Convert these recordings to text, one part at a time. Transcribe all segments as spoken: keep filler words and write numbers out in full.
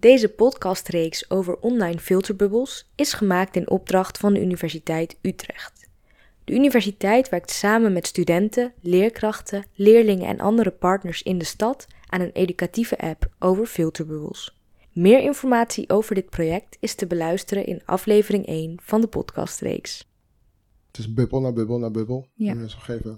Deze podcastreeks over online filterbubbels is gemaakt in opdracht van de Universiteit Utrecht. De universiteit werkt samen met studenten, leerkrachten, leerlingen en andere partners in de stad aan een educatieve app over filterbubbels. Meer informatie over dit project is te beluisteren in aflevering één van de podcastreeks. Het is bubbel naar bubbel naar bubbel. Ja. Dus we geven...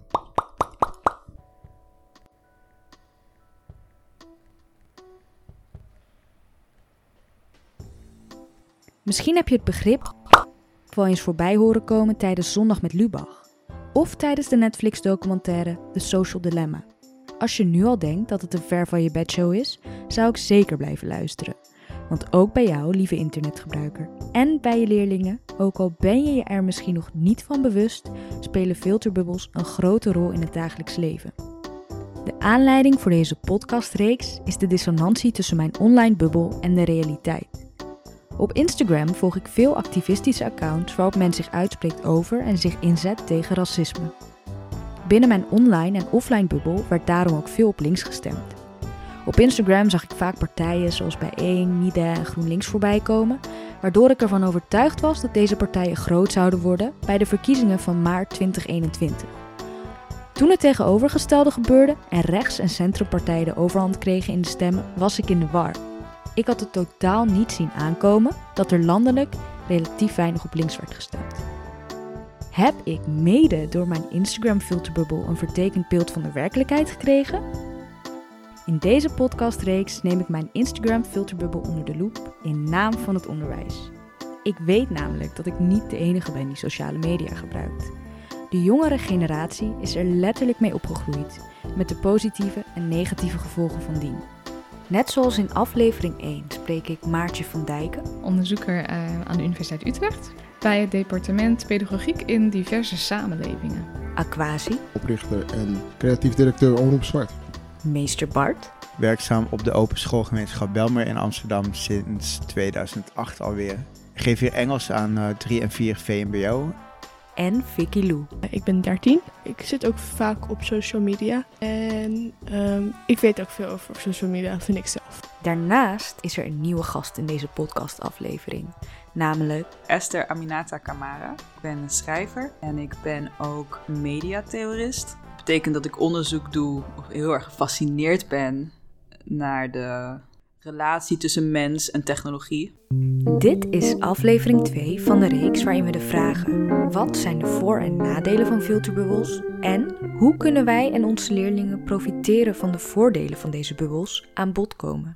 Misschien heb je het begrip wel eens voorbij horen komen tijdens Zondag met Lubach. Of tijdens de Netflix-documentaire The Social Dilemma. Als je nu al denkt dat het een ver van je bedshow is, zou ik zeker blijven luisteren. Want ook bij jou, lieve internetgebruiker, en bij je leerlingen, ook al ben je je er misschien nog niet van bewust, spelen filterbubbels een grote rol in het dagelijks leven. De aanleiding voor deze podcastreeks is de dissonantie tussen mijn online bubbel en de realiteit. Op Instagram volg ik veel activistische accounts waarop men zich uitspreekt over en zich inzet tegen racisme. Binnen mijn online en offline bubbel werd daarom ook veel op links gestemd. Op Instagram zag ik vaak partijen zoals Bijeen, Nide en GroenLinks voorbij komen, waardoor ik ervan overtuigd was dat deze partijen groot zouden worden bij de verkiezingen van maart twintig eenentwintig. Toen het tegenovergestelde gebeurde en rechts- en centrumpartijen de overhand kregen in de stemmen, was ik in de war. Ik had het totaal niet zien aankomen dat er landelijk relatief weinig op links werd gestemd. Heb ik mede door mijn Instagram-filterbubbel een vertekend beeld van de werkelijkheid gekregen? In deze podcastreeks neem ik mijn Instagram-filterbubbel onder de loep in naam van het onderwijs. Ik weet namelijk dat ik niet de enige ben die sociale media gebruikt. De jongere generatie is er letterlijk mee opgegroeid, met de positieve en negatieve gevolgen van dien. Net zoals in aflevering één spreek ik Maartje van Dijken, onderzoeker uh, aan de Universiteit Utrecht, bij het departement Pedagogiek in diverse samenlevingen. Aquasi, Oprichter en creatief directeur Omroep Zwart. Meester Bart, werkzaam op de Open Schoolgemeenschap Belmer in Amsterdam sinds tweeduizend acht alweer. Ik geef hier Engels aan uh, drie en vier V M B O. En Vicky Lou. Ik ben dertien. Ik zit ook vaak op social media. En um, ik weet ook veel over social media, vind ik zelf. Daarnaast is er een nieuwe gast in deze podcastaflevering. Namelijk Esther Aminata Kamara. Ik ben een schrijver en ik ben ook mediatheorist. Dat betekent dat ik onderzoek doe, of heel erg gefascineerd ben naar de relatie tussen mens en technologie. Dit is aflevering twee van de reeks waarin we de vragen: wat zijn de voor- en nadelen van filterbubbels? En hoe kunnen wij en onze leerlingen profiteren van de voordelen van deze bubbels aan bod komen?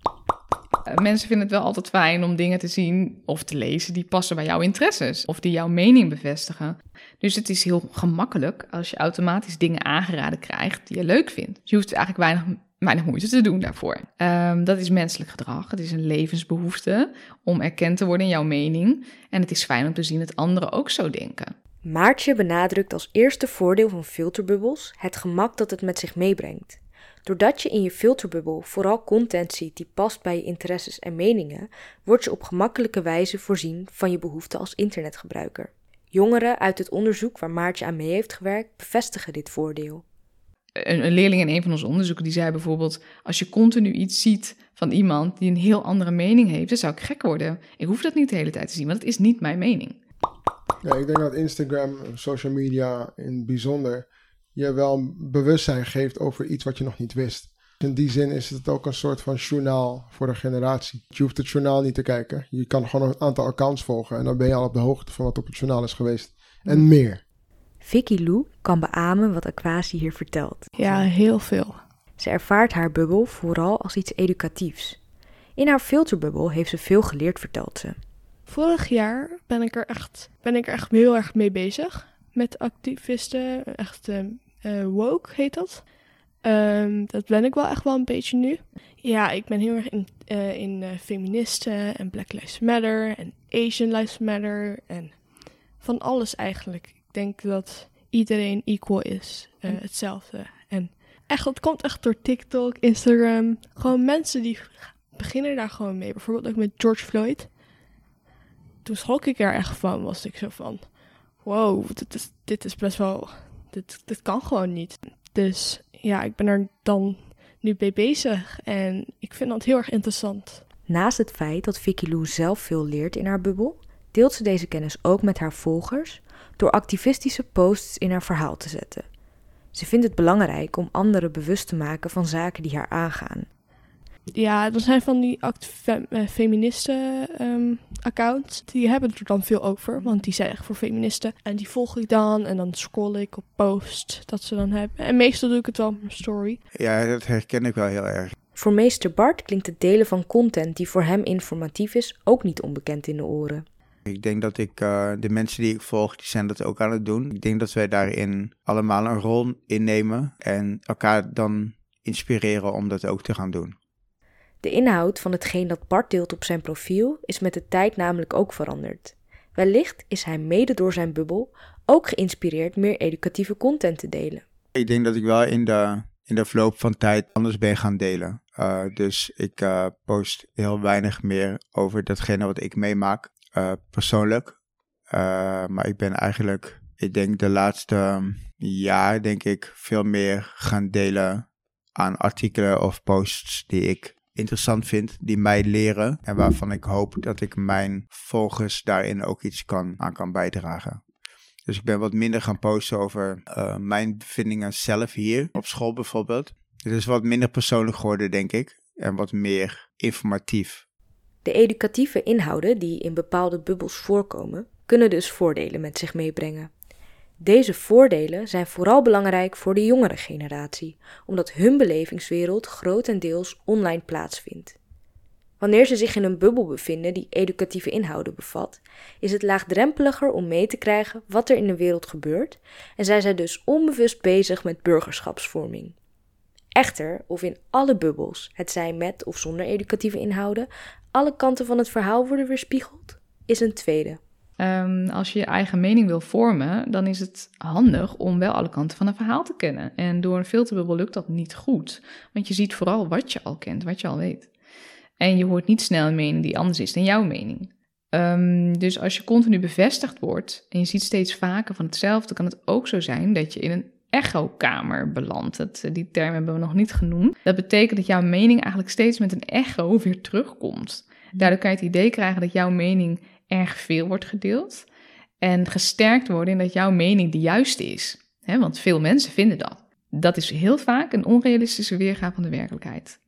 Mensen vinden het wel altijd fijn om dingen te zien of te lezen die passen bij jouw interesses of die jouw mening bevestigen. Dus het is heel gemakkelijk als je automatisch dingen aangeraden krijgt die je leuk vindt. Dus je hoeft eigenlijk weinig, weinig moeite te doen daarvoor. Um, dat is menselijk gedrag. Het is een levensbehoefte om erkend te worden in jouw mening. En het is fijn om te zien dat anderen ook zo denken. Maartje benadrukt als eerste voordeel van filterbubbels het gemak dat het met zich meebrengt. Doordat je in je filterbubbel vooral content ziet die past bij je interesses en meningen, word je op gemakkelijke wijze voorzien van je behoeften als internetgebruiker. Jongeren uit het onderzoek waar Maartje aan mee heeft gewerkt bevestigen dit voordeel. Een, een leerling in een van onze onderzoeken die zei bijvoorbeeld: als je continu iets ziet van iemand die een heel andere mening heeft, dan zou ik gek worden. Ik hoef dat niet de hele tijd te zien, want het is niet mijn mening. Ja, ik denk dat Instagram, social media in het bijzonder, je wel bewustzijn geeft over iets wat je nog niet wist. In die zin is het ook een soort van journaal voor de generatie. Je hoeft het journaal niet te kijken. Je kan gewoon een aantal accounts volgen en dan ben je al op de hoogte van wat op het journaal is geweest. En meer. Vicky Lou kan beamen wat Aquasi hier vertelt. Ja, heel veel. Ze ervaart haar bubbel vooral als iets educatiefs. In haar filterbubbel heeft ze veel geleerd, vertelt ze. Vorig jaar ben ik er echt, ben ik er echt heel erg mee bezig. Met activisten, echt uh, uh, woke heet dat. Um, dat ben ik wel echt wel een beetje nu. Ja, ik ben heel erg in, uh, in uh, feministen en Black Lives Matter en Asian Lives Matter en van alles eigenlijk. Ik denk dat iedereen equal is, uh, hetzelfde. En echt, dat komt echt door TikTok, Instagram. Gewoon mensen die beginnen daar gewoon mee. Bijvoorbeeld ook met George Floyd. Toen schrok ik er echt van, was ik zo van, wow, dit is, dit is best wel, dit, dit kan gewoon niet. Dus ja, ik ben er dan nu mee bezig en ik vind dat heel erg interessant. Naast het feit dat Vicky Lou zelf veel leert in haar bubbel, deelt ze deze kennis ook met haar volgers door activistische posts in haar verhaal te zetten. Ze vindt het belangrijk om anderen bewust te maken van zaken die haar aangaan. Ja, er zijn van die feministen-accounts, um, die hebben het er dan veel over, want die zijn echt voor feministen. En die volg ik dan en dan scroll ik op posts dat ze dan hebben. En meestal doe ik het wel op mijn story. Ja, dat herken ik wel heel erg. Voor meester Bart klinkt het delen van content die voor hem informatief is ook niet onbekend in de oren. Ik denk dat ik, uh, de mensen die ik volg, die zijn dat ook aan het doen. Ik denk dat wij daarin allemaal een rol innemen en elkaar dan inspireren om dat ook te gaan doen. De inhoud van hetgeen dat Bart deelt op zijn profiel is met de tijd namelijk ook veranderd. Wellicht is hij mede door zijn bubbel ook geïnspireerd meer educatieve content te delen. Ik denk dat ik wel in de, in de verloop van tijd anders ben gaan delen. Uh, dus ik uh, post heel weinig meer over datgene wat ik meemaak, uh, persoonlijk. Uh, maar ik ben eigenlijk, ik denk de laatste jaar, denk ik, veel meer gaan delen aan artikelen of posts die ik interessant vind, die mij leren en waarvan ik hoop dat ik mijn volgers daarin ook iets kan, aan kan bijdragen. Dus ik ben wat minder gaan posten over uh, mijn bevindingen zelf hier, op school bijvoorbeeld. Het is wat minder persoonlijk geworden, denk ik, en wat meer informatief. De educatieve inhouden die in bepaalde bubbels voorkomen, kunnen dus voordelen met zich meebrengen. Deze voordelen zijn vooral belangrijk voor de jongere generatie, omdat hun belevingswereld grotendeels online plaatsvindt. Wanneer ze zich in een bubbel bevinden die educatieve inhouden bevat, is het laagdrempeliger om mee te krijgen wat er in de wereld gebeurt en zijn zij dus onbewust bezig met burgerschapsvorming. Echter, of in alle bubbels, het zij met of zonder educatieve inhouden, alle kanten van het verhaal worden weerspiegeld, is een tweede. Um, als je je eigen mening wil vormen, dan is het handig om wel alle kanten van een verhaal te kennen. En door een filterbubbel lukt dat niet goed, want je ziet vooral wat je al kent, wat je al weet. En je hoort niet snel een mening die anders is dan jouw mening. Um, dus als je continu bevestigd wordt en je ziet steeds vaker van hetzelfde, kan het ook zo zijn dat je in een echokamer belandt. Dat, die term hebben we nog niet genoemd. Dat betekent dat jouw mening eigenlijk steeds met een echo weer terugkomt. Daardoor kan je het idee krijgen dat jouw mening erg veel wordt gedeeld en gesterkt worden in dat jouw mening de juiste is. He, want veel mensen vinden dat. Dat is heel vaak een onrealistische weergave van de werkelijkheid.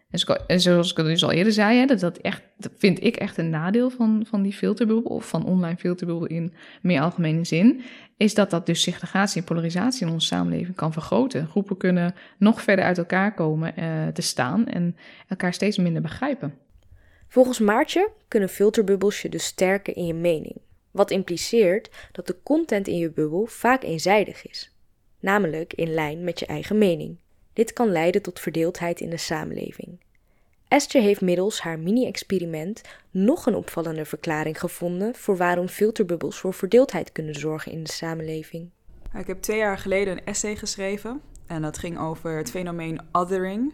En zoals ik het dus al eerder zei, hè, dat, dat, echt, dat vind ik echt een nadeel van, van die filterbubbel, of van online filterbubbel in meer algemene zin, is dat dat dus segregatie en polarisatie in onze samenleving kan vergroten. Groepen kunnen nog verder uit elkaar komen uh, te staan en elkaar steeds minder begrijpen. Volgens Maartje kunnen filterbubbels je dus sterken in je mening, wat impliceert dat de content in je bubbel vaak eenzijdig is, namelijk in lijn met je eigen mening. Dit kan leiden tot verdeeldheid in de samenleving. Esther heeft middels haar mini-experiment nog een opvallende verklaring gevonden voor waarom filterbubbels voor verdeeldheid kunnen zorgen in de samenleving. Ik heb twee jaar geleden een essay geschreven en dat ging over het fenomeen othering,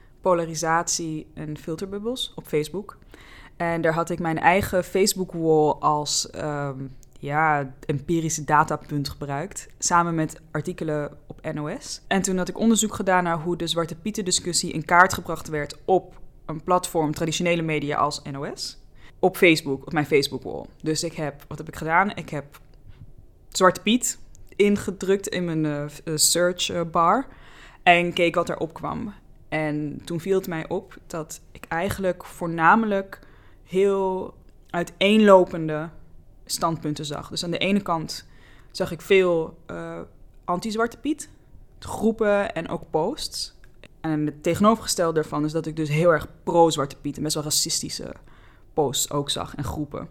polarisatie en filterbubbels op Facebook. En daar had ik mijn eigen Facebook-wall als um, ja, empirische datapunt gebruikt, samen met artikelen op N O S. En toen had ik onderzoek gedaan naar hoe de Zwarte Pieten discussie in kaart gebracht werd op een platform, traditionele media als N O S, op Facebook, op mijn Facebook-wall. Dus ik heb, wat heb ik gedaan? Ik heb Zwarte Piet ingedrukt in mijn uh, search bar en keek wat erop kwam. En toen viel het mij op dat ik eigenlijk voornamelijk heel uiteenlopende standpunten zag. Dus aan de ene kant zag ik veel uh, anti-Zwarte Piet, groepen en ook posts. En het tegenovergestelde daarvan is dat ik dus heel erg pro-Zwarte Piet en best wel racistische posts ook zag en groepen.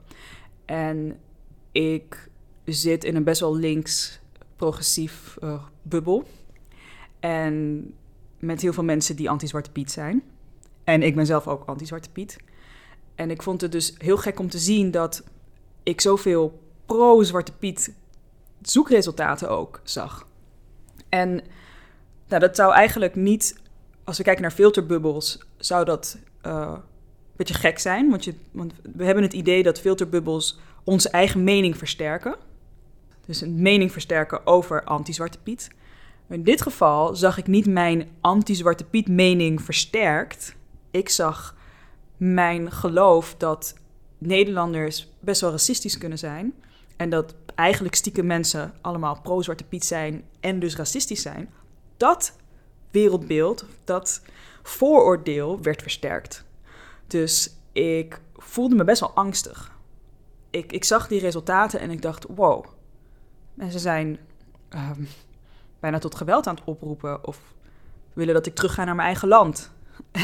En ik zit in een best wel links progressief uh, bubbel. En met heel veel mensen die anti-Zwarte Piet zijn. En ik ben zelf ook anti-Zwarte Piet. En ik vond het dus heel gek om te zien dat ik zoveel pro-Zwarte Piet zoekresultaten ook zag. En nou, dat zou eigenlijk niet, als we kijken naar filterbubbels, zou dat uh, een beetje gek zijn. Want, je, want we hebben het idee dat filterbubbels onze eigen mening versterken. Dus een mening versterken over anti-Zwarte Piet. In dit geval zag ik niet mijn anti-Zwarte Piet mening versterkt. Ik zag mijn geloof dat Nederlanders best wel racistisch kunnen zijn en dat eigenlijk stiekem mensen allemaal pro-Zwarte Piet zijn en dus racistisch zijn, dat wereldbeeld, dat vooroordeel werd versterkt. Dus ik voelde me best wel angstig. Ik, ik zag die resultaten en ik dacht, wow, mensen zijn um, bijna tot geweld aan het oproepen of willen dat ik terugga naar mijn eigen land.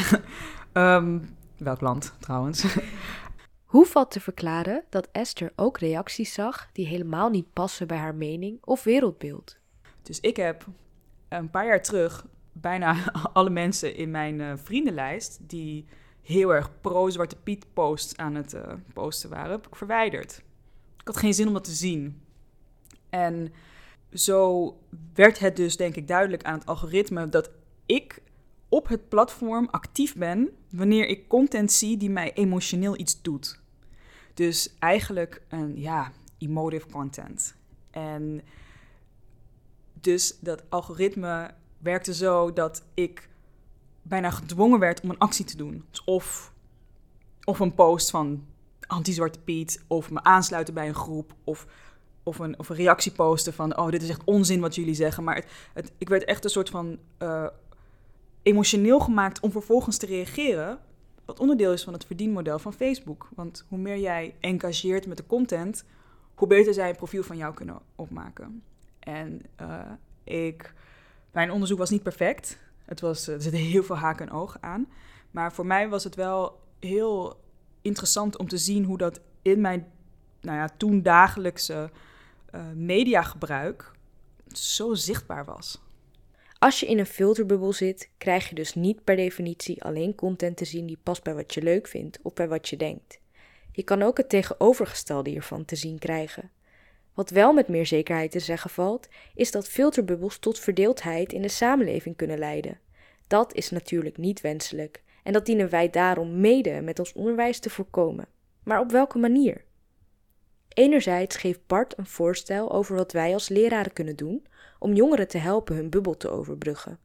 um, welk land trouwens? Hoe valt te verklaren dat Esther ook reacties zag die helemaal niet passen bij haar mening of wereldbeeld? Dus ik heb een paar jaar terug bijna alle mensen in mijn uh, vriendenlijst die heel erg pro-Zwarte Piet posts aan het uh, posten waren, heb ik verwijderd. Ik had geen zin om dat te zien. En zo werd het dus denk ik duidelijk aan het algoritme dat ik op het platform actief ben wanneer ik content zie die mij emotioneel iets doet. Dus eigenlijk een, ja, emotive content. En dus dat algoritme werkte zo dat ik bijna gedwongen werd om een actie te doen. Dus of, of een post van anti-Zwarte Piet, of me aansluiten bij een groep, of, of, een, of een reactie posten van, oh, dit is echt onzin wat jullie zeggen. Maar het, het, ik werd echt een soort van uh, emotioneel gemaakt om vervolgens te reageren, wat onderdeel is van het verdienmodel van Facebook. Want hoe meer jij engageert met de content, hoe beter zij een profiel van jou kunnen opmaken. En uh, ik, mijn onderzoek was niet perfect. Het was, er zitten heel veel haken en ogen aan. Maar voor mij was het wel heel interessant om te zien hoe dat in mijn nou ja, toen dagelijkse uh, mediagebruik zo zichtbaar was. Als je in een filterbubbel zit, krijg je dus niet per definitie alleen content te zien die past bij wat je leuk vindt of bij wat je denkt. Je kan ook het tegenovergestelde hiervan te zien krijgen. Wat wel met meer zekerheid te zeggen valt, is dat filterbubbels tot verdeeldheid in de samenleving kunnen leiden. Dat is natuurlijk niet wenselijk en dat dienen wij daarom mede met ons onderwijs te voorkomen. Maar op welke manier? Enerzijds geeft Bart een voorstel over wat wij als leraren kunnen doen om jongeren te helpen hun bubbel te overbruggen.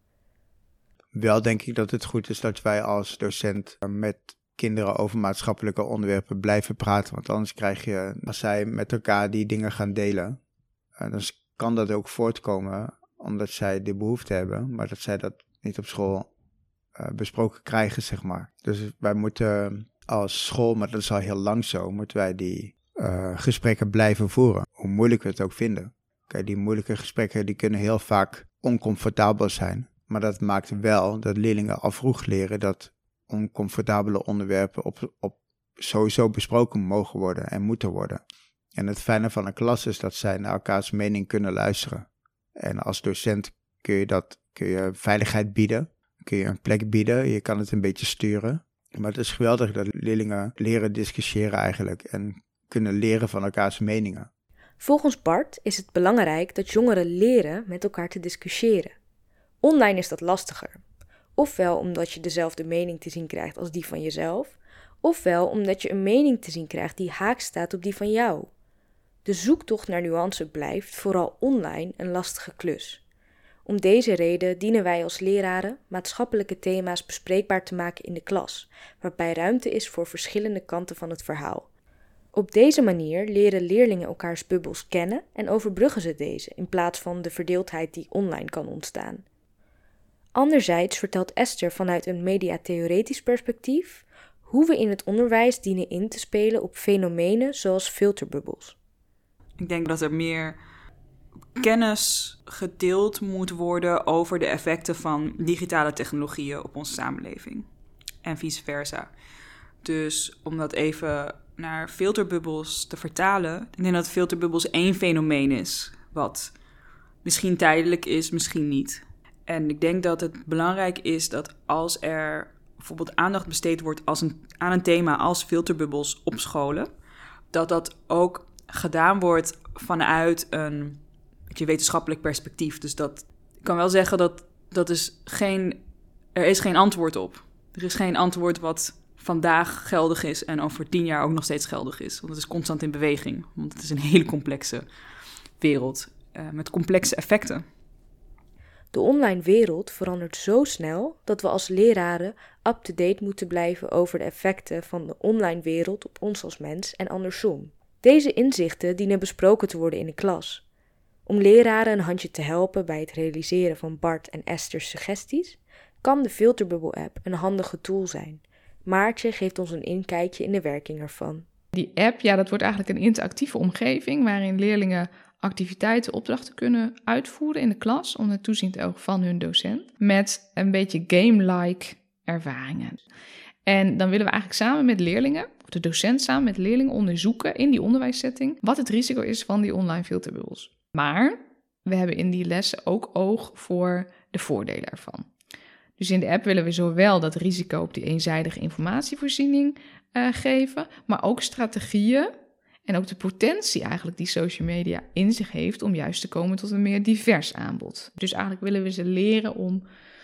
Wel denk ik dat het goed is dat wij als docent met kinderen over maatschappelijke onderwerpen blijven praten. Want anders krijg je, als zij met elkaar die dingen gaan delen, dan kan dat ook voortkomen omdat zij de behoefte hebben, maar dat zij dat niet op school uh, besproken krijgen, zeg maar. Dus wij moeten als school, maar dat is al heel lang zo, moeten wij die uh, gesprekken blijven voeren. Hoe moeilijk we het ook vinden. Kijk, die moeilijke gesprekken die kunnen heel vaak oncomfortabel zijn. Maar dat maakt wel dat leerlingen al vroeg leren dat oncomfortabele onderwerpen op, op sowieso besproken mogen worden en moeten worden. En het fijne van een klas is dat zij naar elkaars mening kunnen luisteren. En als docent kun je dat, kun je veiligheid bieden, kun je een plek bieden, je kan het een beetje sturen. Maar het is geweldig dat leerlingen leren discussiëren eigenlijk en kunnen leren van elkaars meningen. Volgens Bart is het belangrijk dat jongeren leren met elkaar te discussiëren. Online is dat lastiger. Ofwel omdat je dezelfde mening te zien krijgt als die van jezelf, ofwel omdat je een mening te zien krijgt die haaks staat op die van jou. De zoektocht naar nuance blijft, vooral online, een lastige klus. Om deze reden dienen wij als leraren maatschappelijke thema's bespreekbaar te maken in de klas, waarbij ruimte is voor verschillende kanten van het verhaal. Op deze manier leren leerlingen elkaars bubbels kennen en overbruggen ze deze, in plaats van de verdeeldheid die online kan ontstaan. Anderzijds vertelt Esther vanuit een mediatheoretisch perspectief hoe we in het onderwijs dienen in te spelen op fenomenen zoals filterbubbels. Ik denk dat er meer kennis gedeeld moet worden over de effecten van digitale technologieën op onze samenleving en vice versa. Dus om dat even naar filterbubbels te vertalen, ik denk dat filterbubbels één fenomeen is, wat misschien tijdelijk is, misschien niet. En ik denk dat het belangrijk is dat als er bijvoorbeeld aandacht besteed wordt als een, aan een thema als filterbubbels op scholen, dat dat ook gedaan wordt vanuit een beetje wetenschappelijk perspectief. Dus dat, ik kan wel zeggen dat, dat is geen, er is geen antwoord op. Er is geen antwoord wat vandaag geldig is en over tien jaar ook nog steeds geldig is. Want het is constant in beweging. Want het is een hele complexe wereld uh, met complexe effecten. De online wereld verandert zo snel dat we als leraren up-to-date moeten blijven over de effecten van de online wereld op ons als mens en andersom. Deze inzichten dienen besproken te worden in de klas. Om leraren een handje te helpen bij het realiseren van Bart en Esther's suggesties, kan de Filterbubble-app een handige tool zijn. Maartje geeft ons een inkijkje in de werking ervan. Die app, ja, dat wordt eigenlijk een interactieve omgeving waarin leerlingen activiteiten, opdrachten kunnen uitvoeren in de klas onder toezicht ook van hun docent, met een beetje game-like ervaringen. En dan willen we eigenlijk samen met leerlingen, of de docent samen met leerlingen, onderzoeken in die onderwijssetting wat het risico is van die online filterbubbels. Maar we hebben in die lessen ook oog voor de voordelen ervan. Dus in de app willen we zowel dat risico op die eenzijdige informatievoorziening uh, geven, maar ook strategieën en ook de potentie eigenlijk die social media in zich heeft om juist te komen tot een meer divers aanbod. Dus eigenlijk willen we ze leren om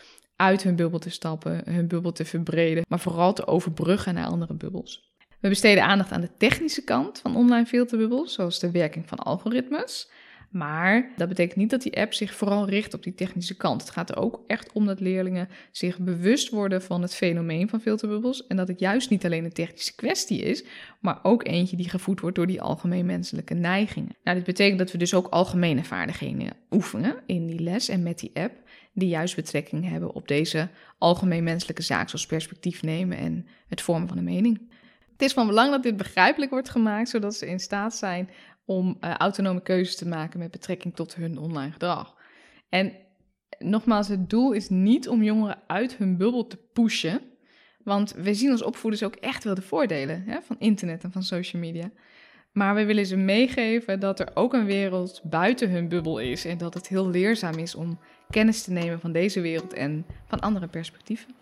uit hun bubbel te stappen, hun bubbel te verbreden, maar vooral te overbruggen naar andere bubbels. We besteden aandacht aan de technische kant van online filterbubbels, zoals de werking van algoritmes. Maar dat betekent niet dat die app zich vooral richt op die technische kant. Het gaat er ook echt om dat leerlingen zich bewust worden van het fenomeen van filterbubbels. En dat het juist niet alleen een technische kwestie is, maar ook eentje die gevoed wordt door die algemeen menselijke neigingen. Nou, dit betekent dat we dus ook algemene vaardigheden oefenen in die les en met die app, die juist betrekking hebben op deze algemeen menselijke zaak, zoals perspectief nemen en het vormen van een mening. Het is van belang dat dit begrijpelijk wordt gemaakt, zodat ze in staat zijn om uh, autonome keuzes te maken met betrekking tot hun online gedrag. En nogmaals, het doel is niet om jongeren uit hun bubbel te pushen, want we zien als opvoeders ook echt wel de voordelen hè, van internet en van social media. Maar we willen ze meegeven dat er ook een wereld buiten hun bubbel is en dat het heel leerzaam is om kennis te nemen van deze wereld en van andere perspectieven.